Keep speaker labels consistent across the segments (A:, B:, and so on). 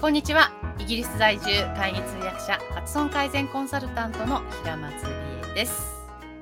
A: こんにちは。イギリス在住会議通訳者発音改善コンサルタントの平松理恵です。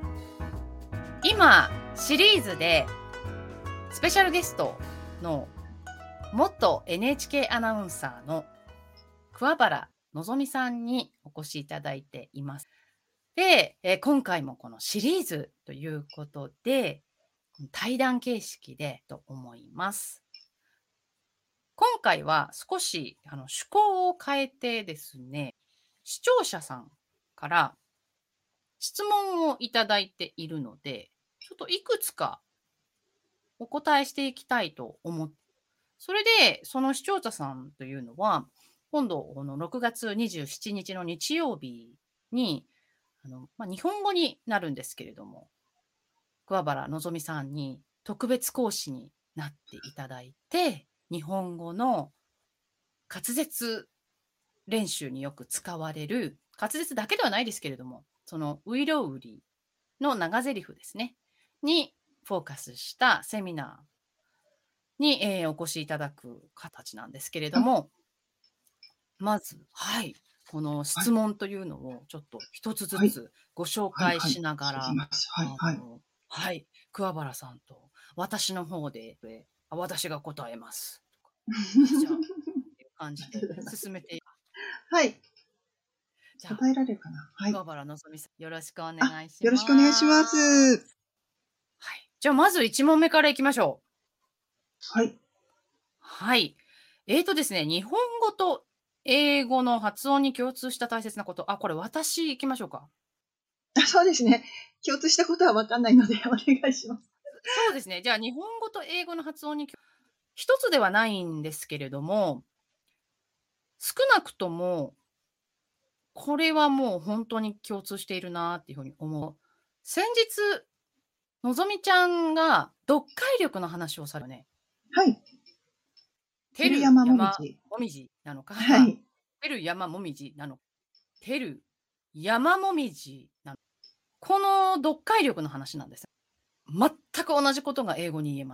A: 今シリーズでスペシャルゲストの元 NHK アナウンサーの桑原希さんにお越しいただいています。で、今回もこのシリーズということで対談形式でと思います。今回は少し趣向を変えてですね、視聴者さんから質問をいただいているので、ちょっといくつかお答えしていきたいと思って、それでその視聴者さんというのは、今度この6月27日の日曜日に日本語になるんですけれども、桑原希さんに特別講師になっていただいて、日本語の滑舌練習によく使われる、滑舌だけではないですけれども、そのういろうりの長台詞ですね、にフォーカスしたセミナーに、お越しいただく形なんですけれど
B: あ、
A: も、まず、この
B: はい、
A: 質問というのをちょっと一つず
B: はい、
A: つご紹
B: はい、はい、
A: 介しながら、
B: 聞きます。はい、はい。
A: 桑原さんと私の方で、私が答えます。はい、じゃあ、っていう感
B: あり
A: じで
B: がとうございます。
A: 進めて、
B: はい、
A: じゃあ、
B: 答えられるかな？はい。
A: 桑原希さん、よろしくお
B: あ、
A: 願いし
B: よろしくお願いしま
A: ます。
B: す。
A: はい。じゃあ、まず1問目からいきましょう。
B: はい。
A: はい。ですね、日本語と英語の発音に共通した大切なこと。これ私行きましょうか。
B: そうですね。共通したことはわかんないのでお願いします。
A: そうですね。じゃあ、日本語と英語の発音に一つではないんですけれども、少なくとも、これはもう本当に共通しているなっていうふうに思う。先日、のぞみちゃんが読解力の話をされたね。
B: はい。
A: て
B: 照山もみ
A: る山
B: じ。
A: もみじなのか、
B: はい。
A: てる山もみじなのか、てる山もみじなのか。この読解力の話なんです。全く同じことが英語に言えます。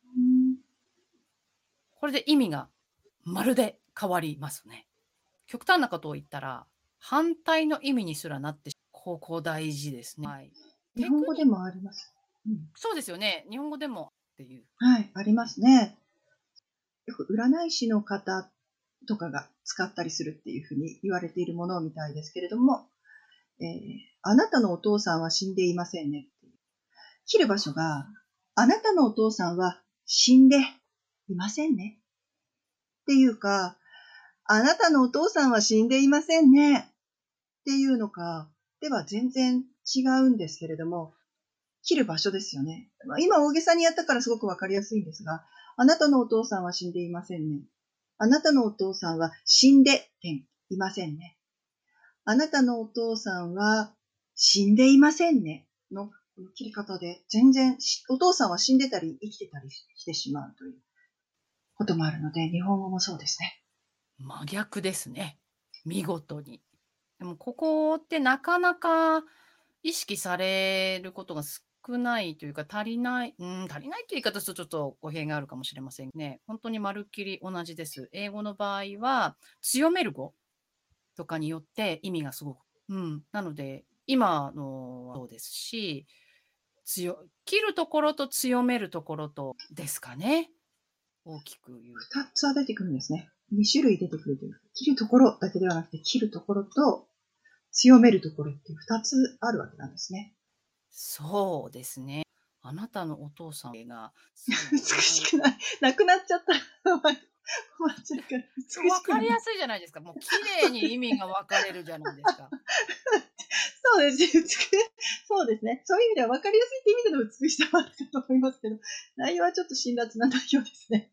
A: これで意味がまるで変わりますね。極端なことを言ったら、反対の意味にすらなって、ここ大事ですね。はい。
B: 日
A: テクニック、
B: 本語でもあります。
A: そうですよね。日本語でもっていう。
B: はい、ありますね。よく占い師の方とかが使ったりするっていうふうに言われているものみたいですけれども、あなたのお父さんは死んでいませんねっていう。切る場所が、あなたのお父さんは死んでいませんねっていうか、あなたのお父さんは死んでいませんねっていうのか、では全然違うんですけれども、切る場所ですよね。今大げさにやったからすごくわかりやすいんですが、あなたのお父さんは死んでいませんね。あなたのお父さんは死んでいませんね。あなたのお父さんは死んでいませんねの切り方で全然お父さんは死んでたり生きてたりしてしまうということもあるので、日本語もそうですね。
A: 真逆ですね。見事に。でもここってなかなか意識されることが少ないというか、足りない、足りないっていう言い方するとちょっと語弊があるかもしれませんね。本当にまるっきり同じです。英語の場合は、強める語とかによって意味がすごく、なので、今のはそうですし、切るところと強めるところとですかね。大きく言うと。
B: 2つは出てくるんですね。2種類出てくるという。切るところだけではなくて、切るところと強めるところっていう2つあるわけなんですね。
A: そうですね。あなたのお父さんが、
B: 美しくない。なくなっちゃった。困っちゃうから美し
A: 分
B: くはない。
A: かりやすいじゃないですか。もう綺麗に意味が分かれるじゃないですか。
B: そうですね。そうですね。そういう意味では分かりやすいって意味での美しさはあると思いますけど、内容はちょっと辛辣な内容ですね。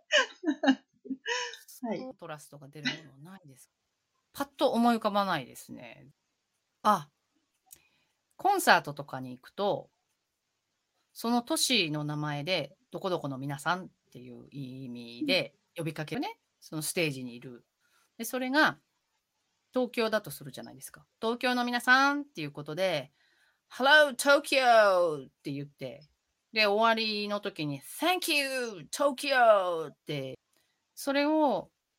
B: はい。
A: コントラストが出るものはないです。パッと思い浮かばないですね。あ、コンサートとかに行くと、その都市の名前で、どこどこの皆さんっていう意味で呼びかけるね、そのステージにいる。で、それが東京だとするじゃないですか。東京の皆さんっていうことで、Hello Tokyo って言って、で、終わりの時に Thank you Tokyo って、それを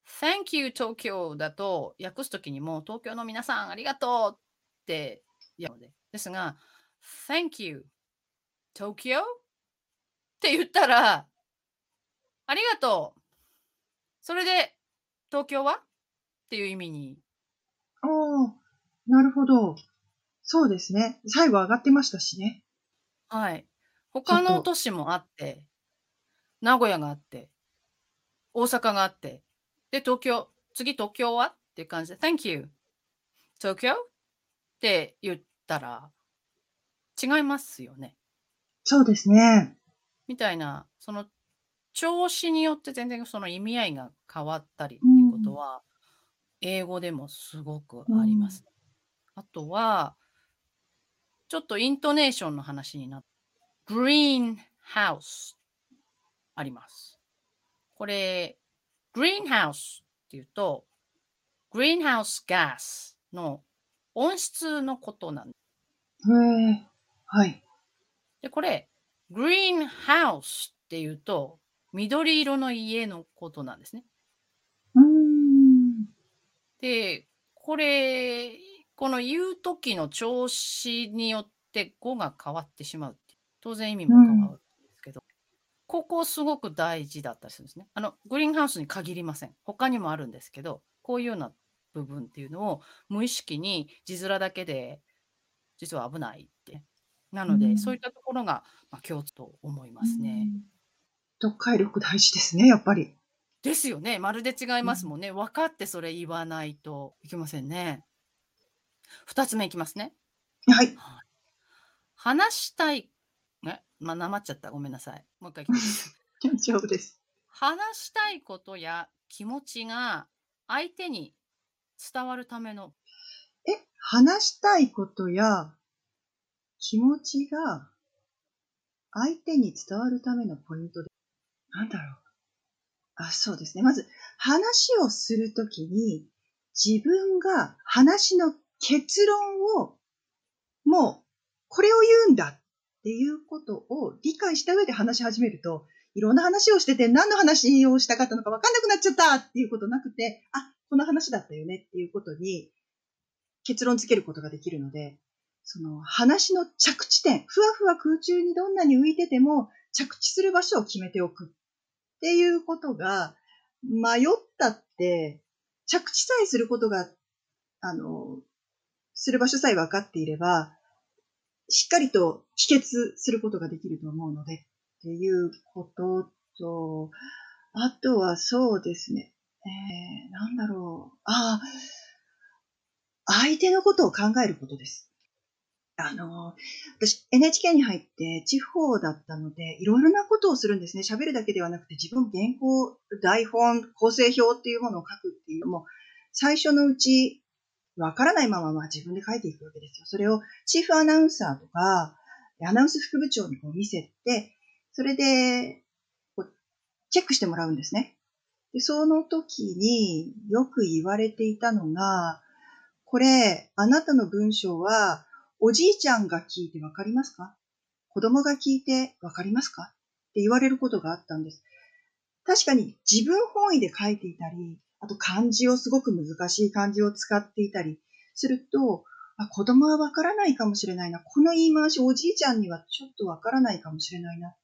A: Thank you, 東京だと訳すときにも、東京の皆さんありがとうって言うので。ですが、Thank you, 東京って言ったら、ありがとう。それで、東京はっていう意味に。
B: ああ、なるほど。そうですね。最後上がってましたしね。
A: はい。他の
B: ちょっと、
A: 都市もあって、名古屋があって、大阪があって、で、東京、次東京はっていう感じで、Thank you, 東京って言ったら違いますよね。
B: そうですね。
A: みたいな、その調子によって全然その意味合いが変わったりっ
B: う
A: ていうこと
B: ん。
A: は、英語でもすごく
B: うん。
A: あります。あとは、ちょっとイントネーションの話になって、グリーンハウスあります。これ、グリーンハウスっていうと、グリーンハウスガスの温室のことなん
B: へえ。はい。
A: で、これ、グリーンハウスっていうと、緑色の家のことなんですね。
B: うーん。
A: で、これ、この言う時の調子によって語が変わってしまうっていう。当然意味
B: うん。
A: も変わるんですけど、ここすごく大事だったりするんですね。グリーンハウスに限りません。他にもあるんですけど、こういうような部分っていうのを無意識に字面だけで実は危ないって。なので、そうい
B: うん。
A: ったところが、共通と思い
B: う
A: ますね。
B: ん。読解力大事ですね、やっぱり。
A: ですよね。まるで違い
B: うん。
A: ますもんね。分かってそれ言わないといけませんね。2つ目いきますね。
B: はい。
A: はい。話したいなまっちゃった。ごめんなさい。もう一回いきます。
B: 大丈夫です。
A: 話したいことや気持ちが相手に伝わるための
B: 話したいことや気持ちが相手に伝わるためのポイントで、なんだろう。そうですね。まず、話をするときに、自分が話の結論を、もう、これを言うんだっていうことを理解した上で話し始めると、いろんな話をしてて何の話をしたかったのか分かんなくなっちゃったっていうことなくて、この話だったよねっていうことに結論付けることができるので、その話の着地点、ふわふわ空中にどんなに浮いてても着地する場所を決めておくっていうことが、迷ったって、着地さえすることが、する場所さえ分かっていれば、しっかりと帰結することができると思うので、っていうことと、あとはそうですね。なんだろう。相手のことを考えることです。私 NHK に入って地方だったので、いろいろなことをするんですね。喋るだけではなくて自分原稿、台本、構成表っていうものを書くっていうのも、最初のうちわからないまま自分で書いていくわけですよ。それをチーフアナウンサーとか、アナウンス副部長に見せて、それでチェックしてもらうんですね。で、その時によく言われていたのが、これ、あなたの文章は、おじいちゃんが聞いてわかりますか？子供が聞いてわかりますか？って言われることがあったんです。確かに自分本位で書いていたり、あと漢字をすごく難しい漢字を使っていたりすると、子供はわからないかもしれないな。この言い回しおじいちゃんにはちょっとわからないかもしれないなって。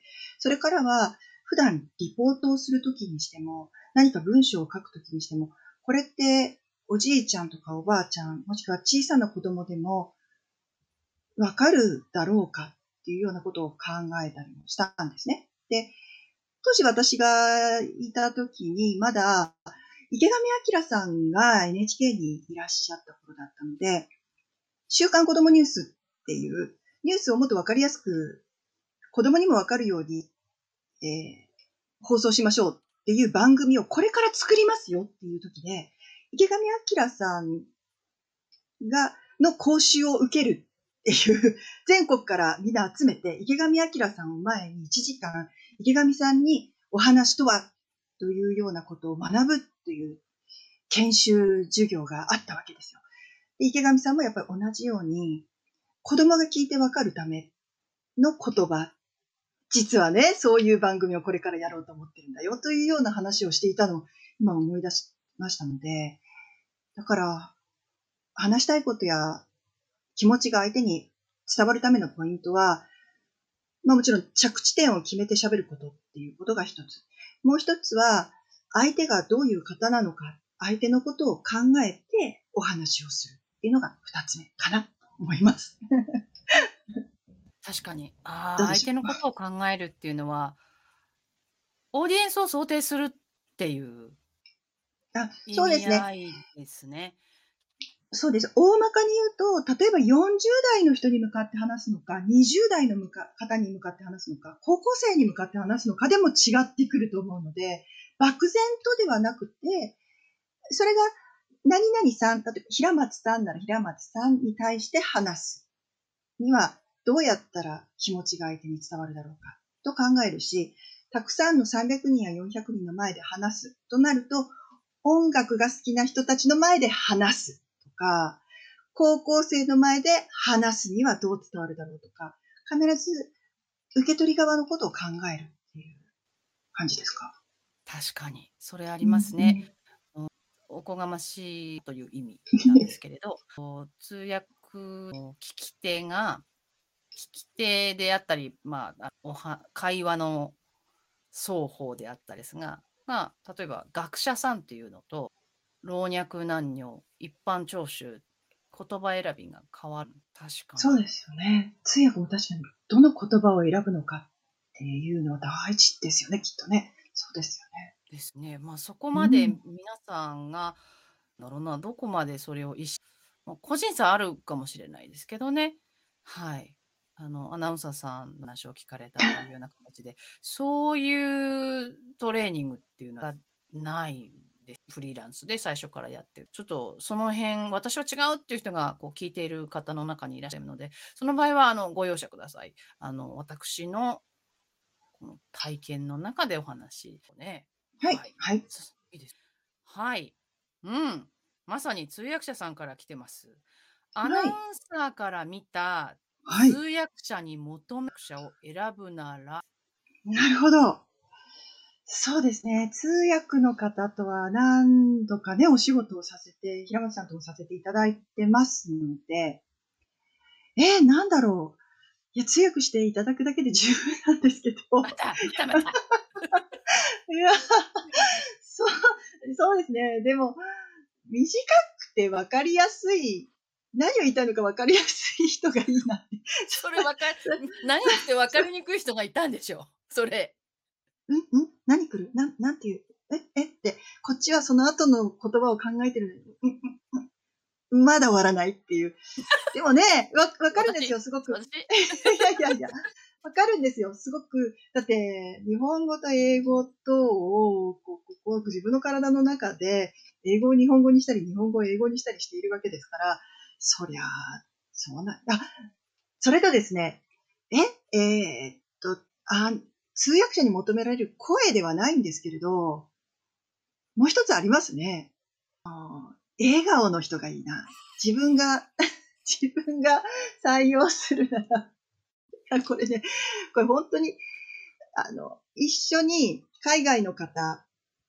B: それからは普段リポートをするときにしても、何か文章を書くときにしても、これっておじいちゃんとかおばあちゃん、もしくは小さな子供でもわかるだろうかっていうようなことを考えたりもしたんですね。で、当時私がいた時に、まだ池上彰さんが NHK にいらっしゃった頃だったので、週刊子供ニュースっていうニュースをもっとわかりやすく、子供にもわかるように、放送しましょうっていう番組をこれから作りますよっていう時で、池上彰さんの講習を受けるっていう、全国からみんな集めて、池上彰さんを前に1時間、池上さんにお話とはというようなことを学ぶっていう研修授業があったわけですよ。で、池上さんもやっぱり同じように、子供が聞いてわかるための言葉、実はね、そういう番組をこれからやろうと思ってるんだよというような話をしていたのを今思い出しましたので、だから、話したいことや気持ちが相手に伝わるためのポイントは、もちろん着地点を決めて喋ることっていうことが一つ。もう一つは、相手がどういう方なのか、相手のことを考えてお話をするっていうのが二つ目かなと思います。
A: 確かに。相
B: どうでしょう。
A: 手のことを考えるっていうのは、オーディエンスを想定するっていう意
B: そうですね。
A: 味合いですね。
B: そうです。大まかに言うと、例えば40代の人に向かって話すのか、20代の方に向かって話すのか、高校生に向かって話すのかでも違ってくると思うので、漠然とではなくて、それが何々さん、例えば平松さんなら平松さんに対して話すには、どうやったら気持ちが相手に伝わるだろうかと考えるし、たくさんの300人や400人の前で話すとなると、音楽が好きな人たちの前で話すとか、高校生の前で話すにはどう伝わるだろうとか、必ず受け取り側のことを考えるっていう感じですか。
A: 確かに。それあり
B: うん
A: ますね。おこがましいという意味なんですけれど、通訳の聞き手が、聞き手であったり、会話の双方であったりですが、例えば学者さんっていうのと、老若男女、一般聴衆、言葉選びが変わる。確かに。
B: そうですよね。通訳も確かにどの言葉を選ぶのかっていうのは大事ですよね、きっとね。そうです
A: ですね。そこ
B: よね。
A: まで皆さんが、どこまでそれを個人差あるかもしれないですけどね。はい。アナウンサーさんの話を聞かれたというような形で、そういうトレーニングっていうのはないです。フリーランスで最初からやってる。ちょっとその辺、私は違うっていう人が聞いている方の中にいらっしゃるので、その場合はご容赦ください。私のこの体験の中でお話をね。
B: はい。
A: はい。
B: はい。
A: いいです。はい。うん。まさに通訳者さんから来てます。アナウン
B: はい。
A: サーから見た
B: はい。
A: 通訳者に求める者を選ぶなら、
B: なるほど。そうですね。通訳の方とは何度かね、お仕事をさせて、平松さんともさせていただいてますので、なんだろう。いや、通訳していただくだけで十分なんですけど。
A: また。
B: いや、そう、そうですね。でも、短くて分かりやすい、何を言いたいのか分かりやすい人がいいなって。
A: それ長くて分かりにくい人がいたんでしょそれ。
B: 何来るなんていう、って、こっちはその後の言葉を考えてるのに、まだ終わらないっていう。でもね、わかるんですよ、すごく。
A: 私
B: いや、わかるんですよ、すごく。だって、日本語と英語とを、自分の体の中で、英語を日本語にしたり、日本語を英語にしたりしているわけですから、そりゃあ、それとですね、通訳者に求められる声ではないんですけれど、もう一つありますね。笑顔の人がいいな。自分が採用するなら、これね、これ本当に、一緒に海外の方、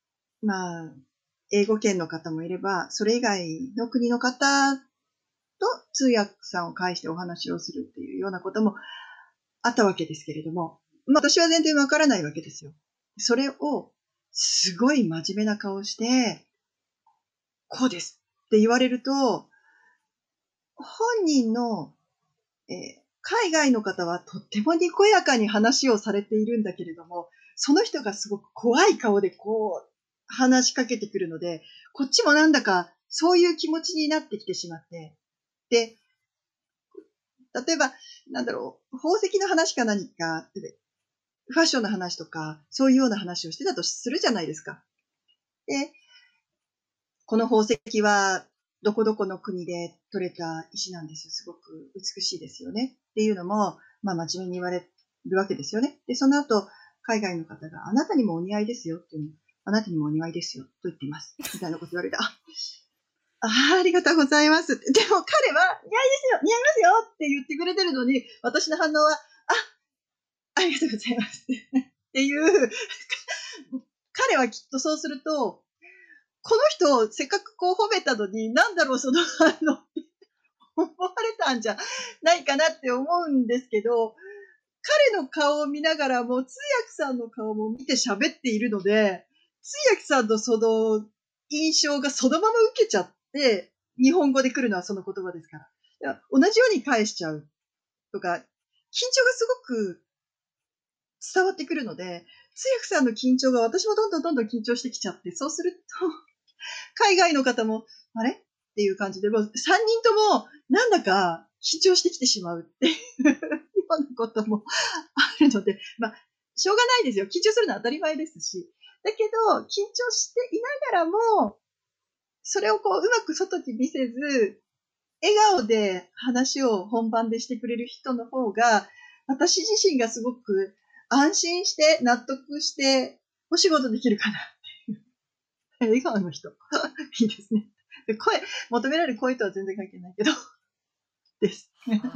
B: 英語圏の方もいれば、それ以外の国の方と通訳さんを介してお話をするっていうようなこともあったわけですけれども、私は全然わからないわけですよ。それを、すごい真面目な顔して、こうですって言われると、本人の、海外の方はとってもにこやかに話をされているんだけれども、その人がすごく怖い顔で話しかけてくるので、こっちもなんだかそういう気持ちになってきてしまって、で、例えば、宝石の話か何か、ファッションの話とか、そういうような話をしてたとするじゃないですか。で、この宝石はどこどこの国で取れた石なんですよ。すごく美しいですよね。っていうのも、真面目に言われるわけですよね。で、その後、海外の方があなたにもお似合いですよっていうの、あなたにもお似合いですよと言っています。みたいなこと言われて、ありがとうございます。でも彼は、似合いますよって言ってくれてるのに、私の反応は、ありがとうございますっていう、彼はきっとそうすると、 この人、せっかくこう褒めたのに、なんだろう、その思われたんじゃないかなって思うんですけど、彼の顔を見ながらも、通訳さんの顔も見て喋っているので、通訳さんのその印象がそのまま受けちゃって、日本語で来るのはその言葉ですから。同じように返しちゃうとか、緊張がすごく伝わってくるので、通訳さんの緊張が私もどんどん緊張してきちゃって、そうすると、海外の方も、あれっていう感じで、もう3人ともなんだか緊張してきてしまうっていうようなこともあるので、まあ、しょうがないですよ。緊張するのは当たり前ですし。だけど、緊張していながらも、それをこう、うまく外に見せず、笑顔で話を本番でしてくれる人の方が、私自身がすごく安心して納得してお仕事できるかなっていう。笑顔の人。いいですね。声、求められる声とは全然関係ないけど、です。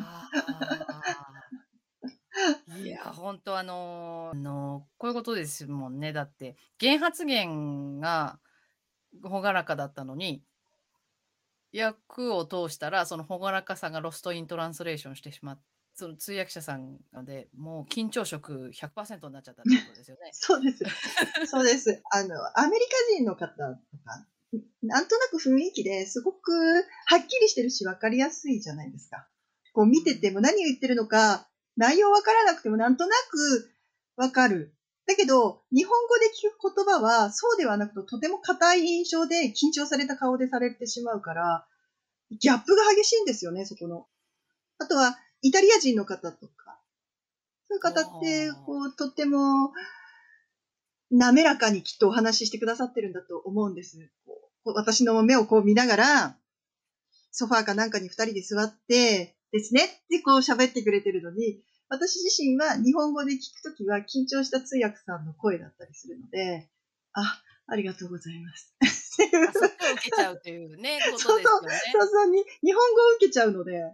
A: いや、本当こういうことですもんね。だって、原発言が朗らかだったのに、役を通したら、その朗らかさがロストイントランスレーションしてしまって、その通訳者さんでもう緊張色100%になっちゃったってことですよね。
B: そうです。そうです。アメリカ人の方とか、なんとなく雰囲気ですごくはっきりしてるし分かりやすいじゃないですか。こう見てても何を言ってるのか、内容分からなくてもなんとなく分かる。だけど、日本語で聞く言葉はそうではなくとても硬い印象で緊張された顔でされてしまうから、ギャップが激しいんですよね、そこの。あとは、イタリア人の方とか、そういう方って、こう、とっても、滑らかにきっとお話ししてくださってるんだと思うんです。私の目をこう見ながら、ソファーかなんかに二人で座ってですねってこう喋ってくれてるのに、私自身は日本語で聞くときは緊張した通訳さんの声だったりするので、ありがとうございます。
A: そっちを受けちゃうというね、ことですよね。
B: そう、日本語を受けちゃうので。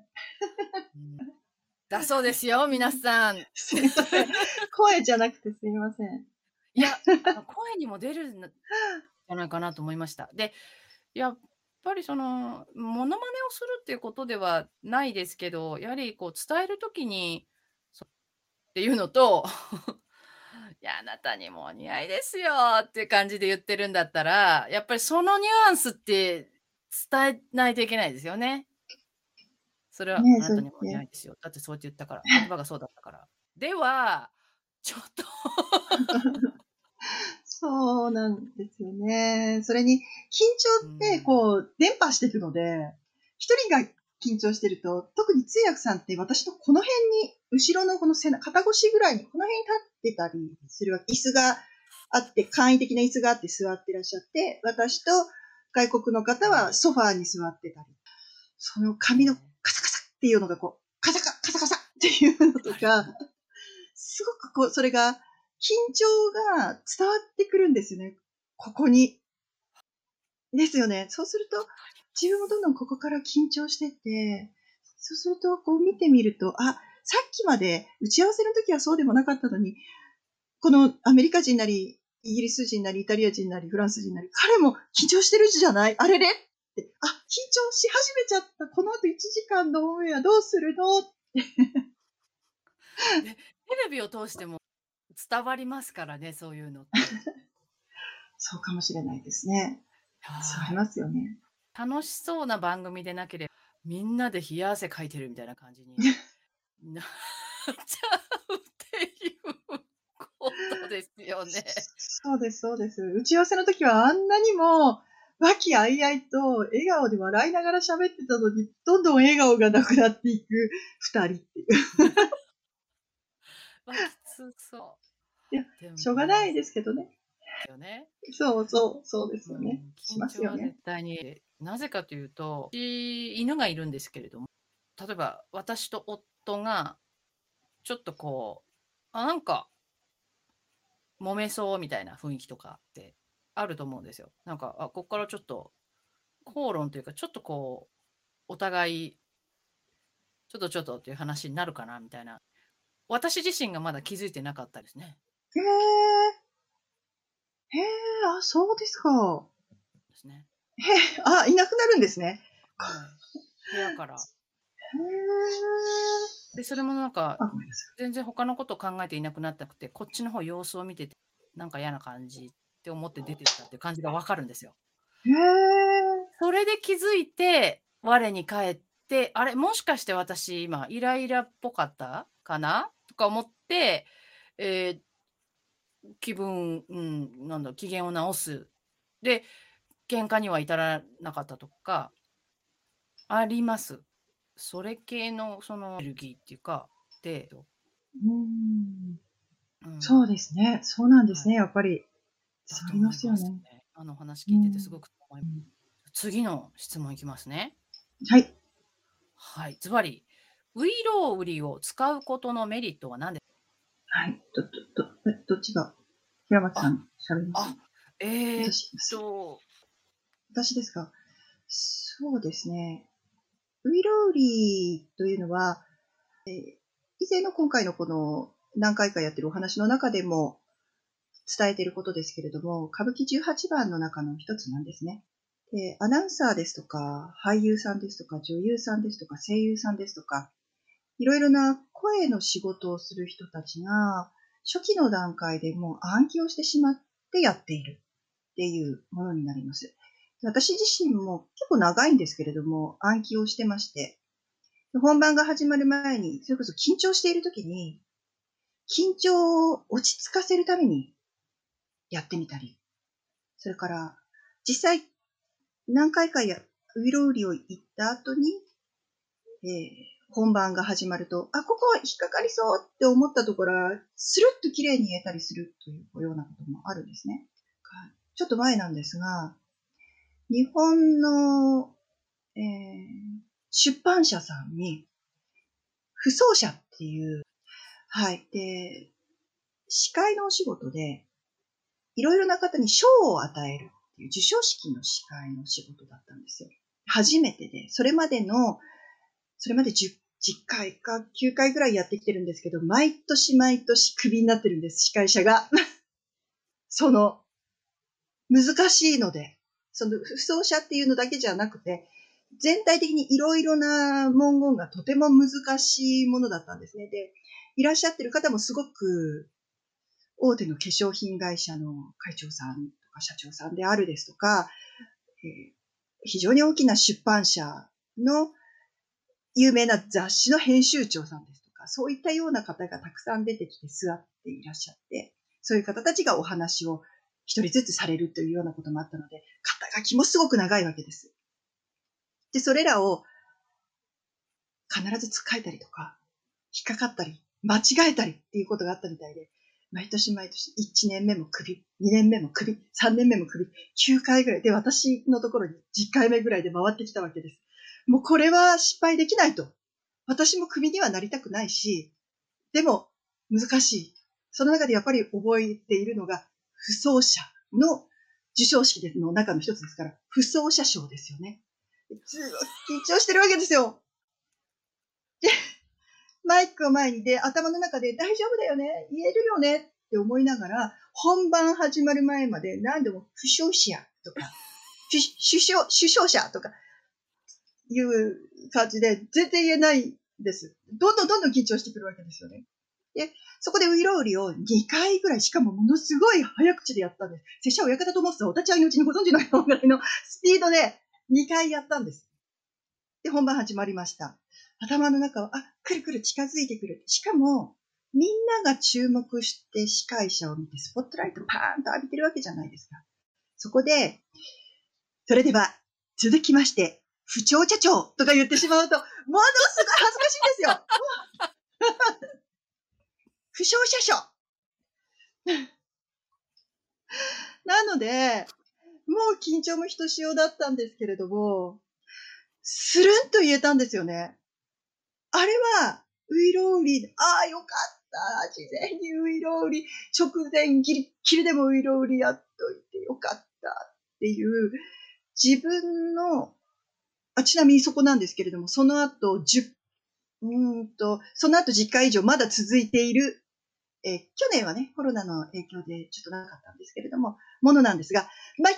A: だそうですよ、皆さん。
B: すみません。声じゃなくてすみません。
A: いや、声にも出るんじゃないかなと思いました。で、やっぱりその、モノマネをするっていうことではないですけど、やはりこう伝えるときに、っていうのと、いや、あなたにもお似合いですよっていう感じで言ってるんだったら、やっぱりそのニュアンスって伝えないといけないですよね。それは
B: ねえ、
A: あなたにもお似合
B: そう言って。
A: いですよ。だってそうやって言ったから、言葉がそうだったから。では、ちょっと
B: そうなんですよね。それに、緊張ってこう、伝播していくので、一人が緊張してると、特に通訳さんって私とこの辺に、後ろのこの肩越しぐらいに、この辺に立ってたりするわけ。椅子があって、簡易的な椅子があって座ってらっしゃって、私と外国の方はソファーに座ってたり、その髪のカサカサっていうのがこう、カサカサっていうのとか、すごくこう、それが、緊張が伝わってくるんですよね。ここに。ですよね。そうすると、自分もどんどんここから緊張してって、そうすると、こう見てみると、さっきまで打ち合わせの時はそうでもなかったのに、このアメリカ人なり、イギリス人なり、イタリア人なり、フランス人なり、彼も緊張してるじゃない？あれれって、緊張し始めちゃった。この後1時間のオンエアどうするのって。
A: テレビを通しても伝わりますからね、そういうのって。
B: そうかもしれないですね。そうありますよね。
A: 楽しそうな番組でなければ、みんなで冷や汗かいてるみたいな感じになっちゃうっていうことですよね。
B: そうです、そうです。打ち合わせの時はあんなにも和気あいあいと笑顔で笑いながら喋ってたのに、どんどん笑顔がなくなっていく二人っていう。
A: きつそう。
B: いや、しょうがないですけどね。
A: よね。
B: そうですよね。し
A: 緊張は
B: ますよね。
A: 絶対に。なぜかというと、犬がいるんですけれども、例えば私と夫が、ちょっとこう、なんか、揉めそうみたいな雰囲気とかってあると思うんですよ。なんか、ここからちょっと、口論というか、ちょっとこう、お互い、ちょっとっていう話になるかなみたいな。私自身がまだ気づいてなかったですね。
B: へえ、そうですか。
A: ですね。
B: いなくなるんですね。
A: はい。部屋から。
B: へ
A: で、それもなんか、
B: ごめんなさ
A: 全然他のことを考えていなくなったくて、こっちの方様子を見てて、なんか嫌な感じって思って出てったっていう感じがわかるんですよ。
B: い。へえ。
A: それで気づいて、我に返って、あれ、もしかして私今イライラっぽかったかなとか思って、え気分、なんだ、機嫌を直す。で、喧嘩には至らなかったとか、あります。それ系のそのエネルギーっていうか、で、うん、
B: そうですね。そうなんですね、
A: はい、
B: やっぱり。
A: だ
B: そうありま
A: と思いま
B: すよね。
A: すね。お話聞いててす
B: うん。
A: ごく思い次の質問いきますね。
B: はい。
A: はい、ずばり、ういろう売りを使うことのメリットは何です
B: はい。どっちが、平松さ
A: あ、
B: ん喋ります？
A: あ、えーっ
B: 私です。
A: と、
B: 私ですか？そうですね。ウイロウリというのは、以前の今回のこの何回かやってるお話の中でも伝えていることですけれども、歌舞伎18番の中の一つなんですね。で、アナウンサーですとか、俳優さんですとか、女優さんですとか、声優さんですとか、いろいろな声の仕事をする人たちが、初期の段階でもう暗記をしてしまってやっているっていうものになります。私自身も結構長いんですけれども、暗記をしてまして、本番が始まる前に、それこそ緊張している時に、緊張を落ち着かせるためにやってみたり、それから実際何回かウイロウリを言った後に、本番が始まると、ここ引っかかりそうって思ったところは、スルッと綺麗に言えたりするというようなこともあるんですね。ちょっと前なんですが、日本の、出版社さんに、不走者っていう、はい。で、司会のお仕事で、いろいろな方に賞を与えるっていう授賞式の司会の仕事だったんですよ。初めてで、それまで10回か9回ぐらいやってきてるんですけど、毎年毎年クビになってるんです、司会者が。その、難しいので、その、不走者っていうのだけじゃなくて、全体的にいろいろな文言がとても難しいものだったんですね。で、いらっしゃってる方もすごく大手の化粧品会社の会長さんとか社長さんであるですとか、非常に大きな出版社の有名な雑誌の編集長さんですとか、そういったような方がたくさん出てきて座っていらっしゃって、そういう方たちがお話を一人ずつされるというようなこともあったので、肩書きもすごく長いわけです。で、それらを必ず突っかえたりとか、引っかかったり、間違えたりっていうことがあったみたいで、毎年毎年1年目も首、2年目も首、3年目も首、9回ぐらいで私のところに10回目ぐらいで回ってきたわけです。もうこれは失敗できないと。私も首にはなりたくないし、でも難しい。その中でやっぱり覚えているのが、不走者の授賞式の中の一つですから、不走者賞ですよね。すごい緊張してるわけですよ。で、マイクを前にで、頭の中で大丈夫だよね、言えるよねって思いながら、本番始まる前まで何度も不勝者とか、首相者とかいう感じで全然言えないんです。どんどん緊張してくるわけですよね。で、そこでウイロウリを2回ぐらい、しかもものすごい早口でやったんです。拙者親方と申すはお立ち会いのうちにご存知ないのぐらいのスピードで2回やったんです。で、本番始まりました。頭の中は、来る来る、近づいてくる。しかも、みんなが注目して司会者を見て、スポットライトパーンと浴びてるわけじゃないですか。そこで、それでは、続きまして、不調茶長とか言ってしまうと、ものすごい恥ずかしいんですよ。不祥者賞。なので、もう緊張もひとしおだったんですけれども、スルンと言えたんですよね。あれは、ウイロウリ、よかった。事前にウイロウリ、直前ギリッギリでもウイロウリやっといてよかったっていう、自分の、ちなみにそこなんですけれども、その後、その後10回以上まだ続いている、去年はね、コロナの影響でちょっとなかったんですけれども、ものなんですが、毎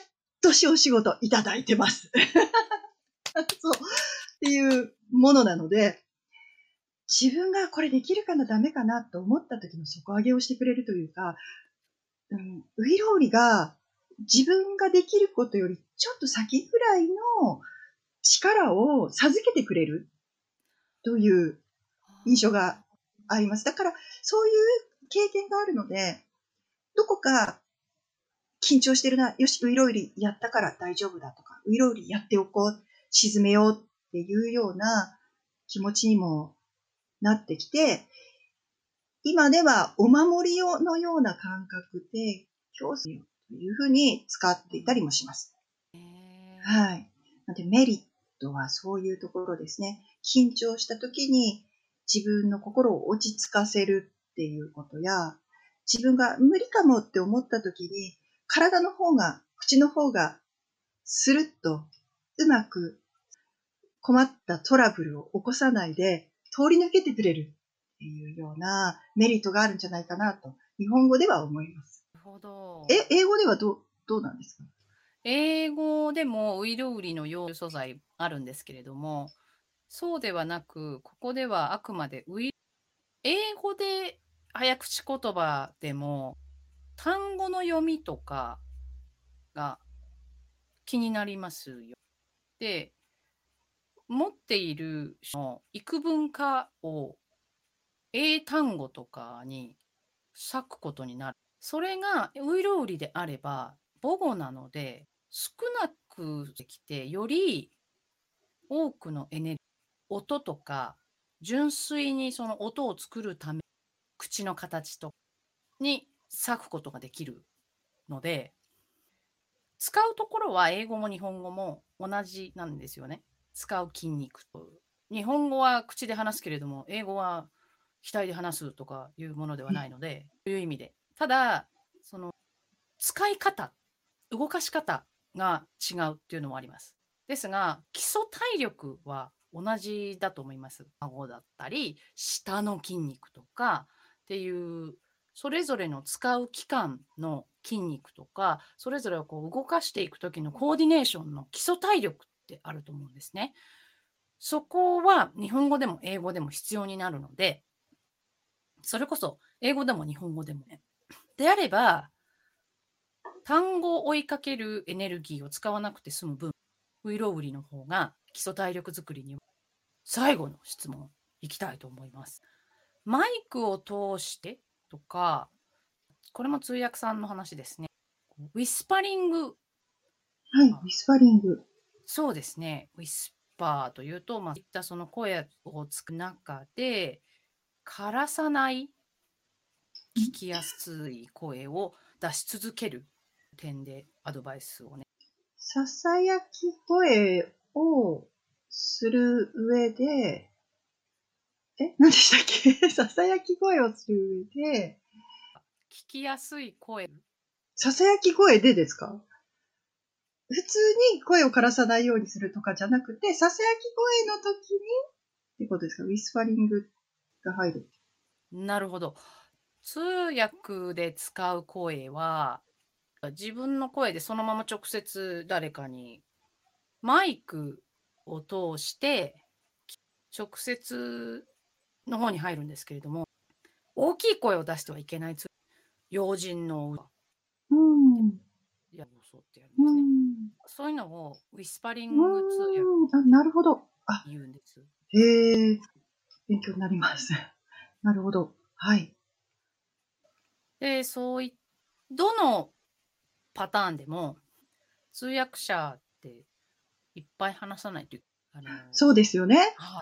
B: 年お仕事いただいてます。そう。っていうものなので、自分がこれできるかな、ダメかなと思った時の底上げをしてくれるというか、ういろうりが自分ができることよりちょっと先ぐらいの力を授けてくれるという印象があります。だから、そういう経験があるので、どこか緊張してるな、よし、ういろうりやったから大丈夫だとか、ういろうりやっておこう、沈めようっていうような気持ちにもなってきて、今ではお守りのような感覚で、教師というふうに使っていたりもします。はい。なのでメリットはそういうところですね。緊張した時に自分の心を落ち着かせるっていうことや、自分が無理かもって思った時に、体の方が、口の方がスルッとうまく困ったトラブルを起こさないで通り抜けてくれるっていうようなメリットがあるんじゃないかなと、日本語では思います。
A: なるほど。
B: 英語ではどうなんですか？
A: 英語でもういろうりの用素材あるんですけれども、そうではなく、ここではあくまで英語で早口言葉でも単語の読みとかが気になりますよ。で、持っている幾分かを英単語とかに割くことになる。それがウイロウリであれば母語なので少なくできて、より多くのエネルギー、音とか純粋にその音を作るため口の形とに割くことができるので、使うところは英語も日本語も同じなんですよね。使う筋肉と。日本語は口で話すけれども、英語は額で話すとかいうものではないので、という意味で。ただ、その使い方、動かし方が違うっていうのもあります。ですが、基礎体力は同じだと思います。顎だったり、下の筋肉とかっていう、それぞれの使う器官の筋肉とか、それぞれをこう動かしていく時のコーディネーションの基礎体力ってあると思うんですね。そこは日本語でも英語でも必要になるので、それこそ英語でも日本語でもね。であれば、単語を追いかけるエネルギーを使わなくて済む分、ウイロウリの方が基礎体力づくりには、最後の質問いきたいと思います。マイクを通してとか、これも通訳さんの話ですね。ウィスパリング。
B: はい、ウィスパリング。
A: そうですね。ウィスパーというと、いったその声をつく中で、枯らさない聞きやすい声を出し続ける点でアドバイスをね。
B: ささやき声をする上で、何でしたっけ？ささやき声をする上で、
A: 聞きやすい声。
B: ささやき声でですか？普通に声を枯らさないようにするとかじゃなくて、ささやき声の時にってことですか？ウィスパリングが入る。
A: なるほど。通訳で使う声は、自分の声でそのまま直接誰かにマイクを通して直接の方に入るんですけれども、大きい声を出してはいけない要人の歌やそうってやるんですね。そういうのをウィスパリング通訳って
B: なるほど。
A: 言うんです。
B: へえ、勉強になります。なるほど。はい。
A: で、どのパターンでも通訳者っていっぱい話さないと
B: そうですよね。
A: はい。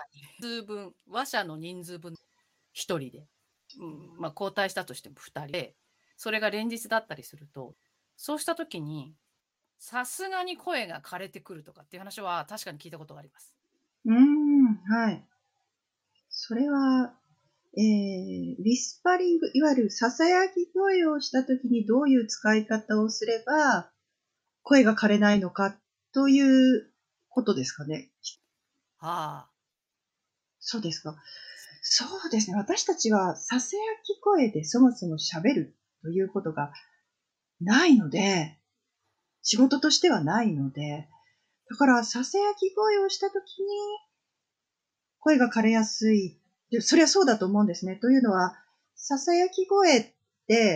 A: 話者の人数分1人で、交代したとしても2人で、それが連日だったりすると、そうした時に、さすがに声が枯れてくるとかっていう話は確かに聞いたことがあります。
B: はい。それは、ウィスパリング、いわゆるささやき声をしたときにどういう使い方をすれば声が枯れないのかということですかね。
A: はあ。
B: そうですか。そうですね。私たちはささやき声でそもそも喋るということがないので、 仕事としてはないので、だからささやき声をしたときに声が枯れやすい。そりゃそうだと思うんですね。というのは、ささやき声って、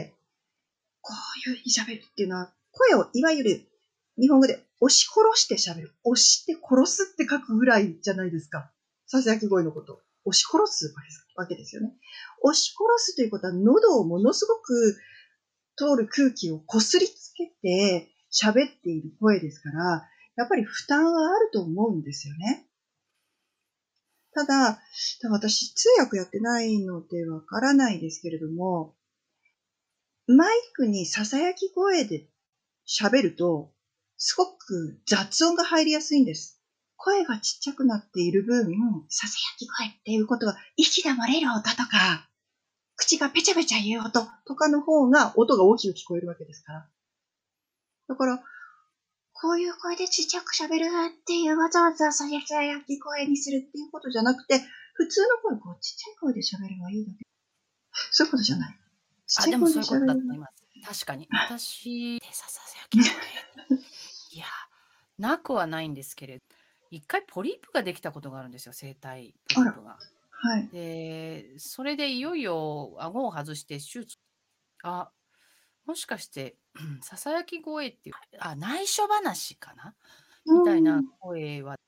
B: こういうふうに喋るっていうのは、声をいわゆる日本語で押し殺して喋る。押して殺すって書くぐらいじゃないですか。ささやき声のこと。押し殺すわけですよね。押し殺すということは、喉をものすごく通る空気をこすりつけて喋っている声ですから、やっぱり負担はあると思うんですよね。ただ私通訳やってないのでわからないですけれども、マイクにささやき声で喋ると、すごく雑音が入りやすいんです。声がちっちゃくなっている分、ささやき声っていうことは、息が漏れる音とか、口がペチャペチャ言う音とかの方が音が大きく聞こえるわけですから。だから、こういう声でちっちゃく喋るっていう、わざわざささやき声にするっていうことじゃなくて、普通の声、ちっちゃい声で喋ればいいだけ。そういうことじゃない。ちっちゃい
A: でも
B: 声で
A: そういうことだ
B: 喋れば。
A: と思います。確かに。私でささやき声。いや、なくはないんですけれど、一回ポリープができたことがあるんですよ、声帯ポリープが。
B: はい。
A: で、それでいよいよ顎を外して手術、もしかして、ささやき声っていう、内緒話かなみたいな声は、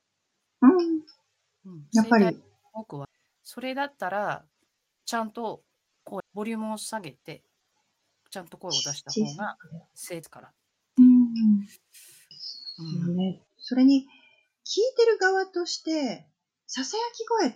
A: 声帯
B: やっぱり、
A: 多くは、それだったら、ちゃんとボリュームを下げて、ちゃんと声を出した
B: 小
A: 方が、
B: さく。
A: 正からっていう。
B: よね。それに、聞いてる側として、ささやき声って、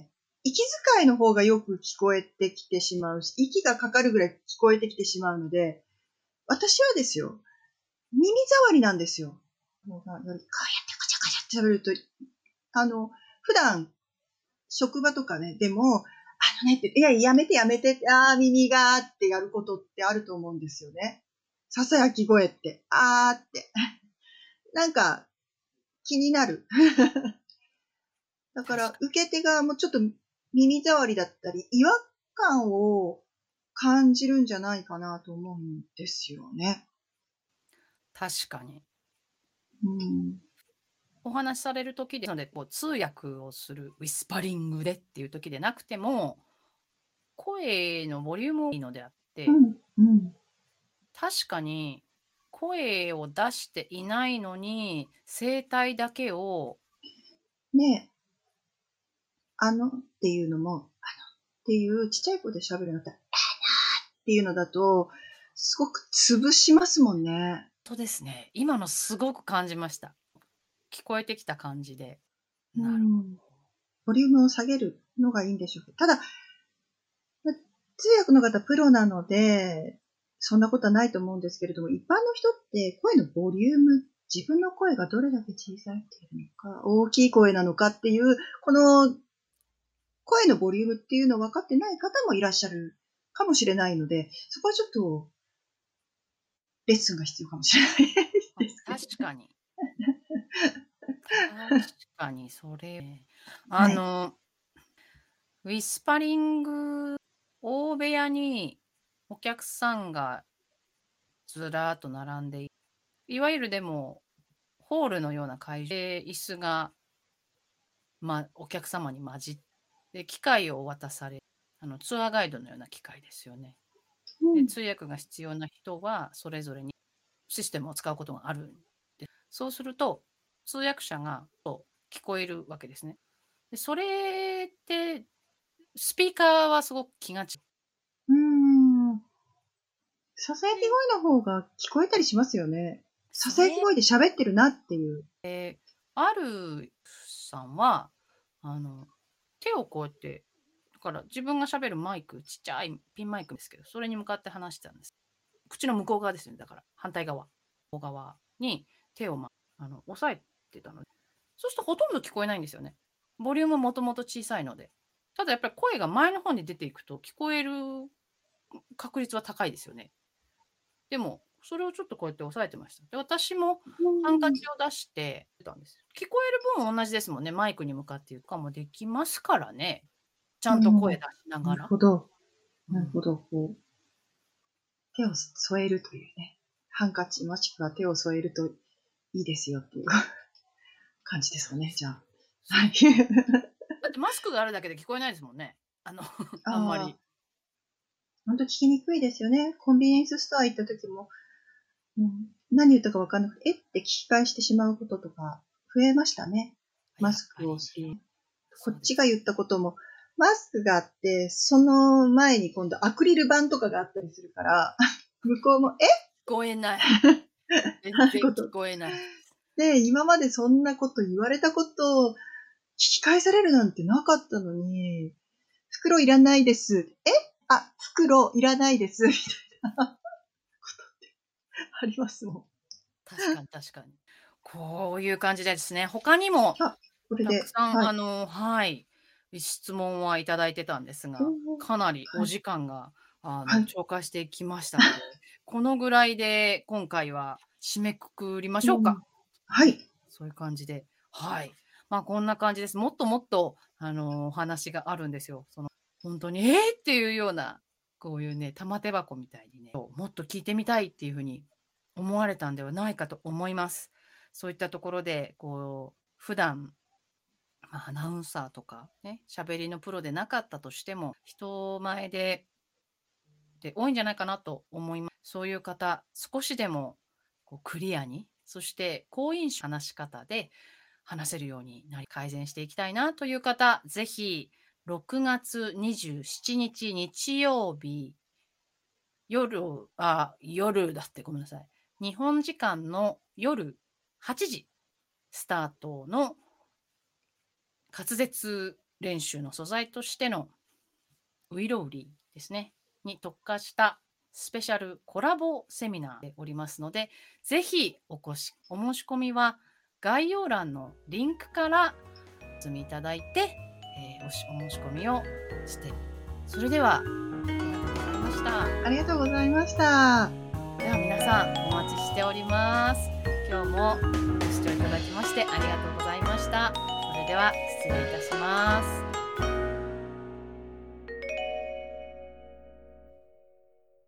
B: 息遣いの方がよく聞こえてきてしまうし、息がかかるぐらい聞こえてきてしまうので、私はですよ、耳障りなんですよ。こうやってカチャカチャって喋ると、普段、職場とかね、でも、いや、やめて、耳がってやることってあると思うんですよね。ささやき声って、って。なんか、気になる。だから、受け手側もちょっと耳障りだったり、違和感を感じるんじゃないかなと思うんですよね。
A: 確かに。
B: うん
A: お話しされる時でので通訳をするウィスパリングでっていう時でなくても声のボリュームがいいのであって、確かに声を出していないのに声帯だけを
B: ねっていうのも、っていうちっちゃい声で喋るのって、っていうのだと、すごく潰しますもんね。
A: とですね、今のすごく感じました。聞こえてきた感じで。なる
B: ボリュームを下げるのがいいんでしょうけど。ただ、通訳の方プロなので、そんなことはないと思うんですけれども、一般の人って声のボリューム、自分の声がどれだけ小さいっていうのか、大きい声なのかっていう、この声のボリュームっていうのを分かってない方もいらっしゃるかもしれないので、そこはちょっとレッスンが必要かもしれないですけど。
A: 確かに。確かに、それ。ウィスパリング、大部屋にお客さんがずらーっと並んでいわゆるでも、ホールのような会場で椅子が、お客様に混じって、機械を渡される、ツアーガイドのような機械ですよね。で、通訳が必要な人は、それぞれにシステムを使うことがあるんで、そうすると、通訳者が聞こえるわけですね。で、それって、スピーカーはすごく気がち。
B: ささやき声の方が聞こえたりしますよね。ささやき
A: それ、
B: 声で喋ってるなっていう。
A: あるさんは、手をこうやって、だから自分が喋るマイク、ちっちゃいピンマイクですけど、それに向かって話してたんです。口の向こう側ですね。だから反対側、向こう側に手を、押さえてたので、そうするとほとんど聞こえないんですよね。ボリュームもともと小さいので。ただやっぱり声が前の方に出ていくと聞こえる確率は高いですよね。でも、それをちょっとこうやって押さえてました。で、私もハンカチを出してたんです。聞こえる分同じですもんね。マイクに向かって言うとかもできますからね。ちゃんと声出しながら。
B: なるほど。なるほど。こう、手を添えるというね。 ハンカチもしくは手を添えるといいですよっていう感じですかね、じゃあ。はい。
A: だってマスクがあるだけで聞こえないですもんね。あんまり。
B: 本当聞きにくいですよね。コンビニエンスストア行った時も、何言ったか分かんなくて、って聞き返してしまうこととか増えましたね。マスクをして。こっちが言ったことも、マスクがあって、その前に今度アクリル板とかがあったりするから、向こうも、
A: 聞こえない。全然聞こえない。
B: で、今までそんなこと言われたことを聞き返されるなんてなかったのに、袋いらないです。袋いらないです。みたいなことってありますもん。
A: 確かに。こういう感じですね。他にも、たくさん、はい、質問はいただいてたんですが、かなりお時間が、超過してきましたので、このぐらいで今回は締めくくりましょうか。
B: はい。
A: そういう感じで。はい。こんな感じです。もっともっと、お話があるんですよ。本当に、っていうような、こういうね、玉手箱みたいにね、もっと聞いてみたいっていうふうに思われたんではないかと思います。そういったところで、普段、アナウンサーとかね、喋りのプロでなかったとしても、人前で多いんじゃないかなと思います。そういう方、少しでもクリアに、そして好印象の話し方で話せるようになり、改善していきたいなという方、ぜひ6月27日日曜日、夜だってごめんなさい。日本時間の夜8時スタートの滑舌練習の素材としてのウイロウリーですね、に特化したスペシャルコラボセミナーでおりますので、ぜひお申し込みは概要欄のリンクからお済みいただいて、お申し込みをして、それでは
B: ありがとうございました。
A: では皆さんお待ちしております。今日もご視聴いただきましてありがとうございました。それでは失礼いたします。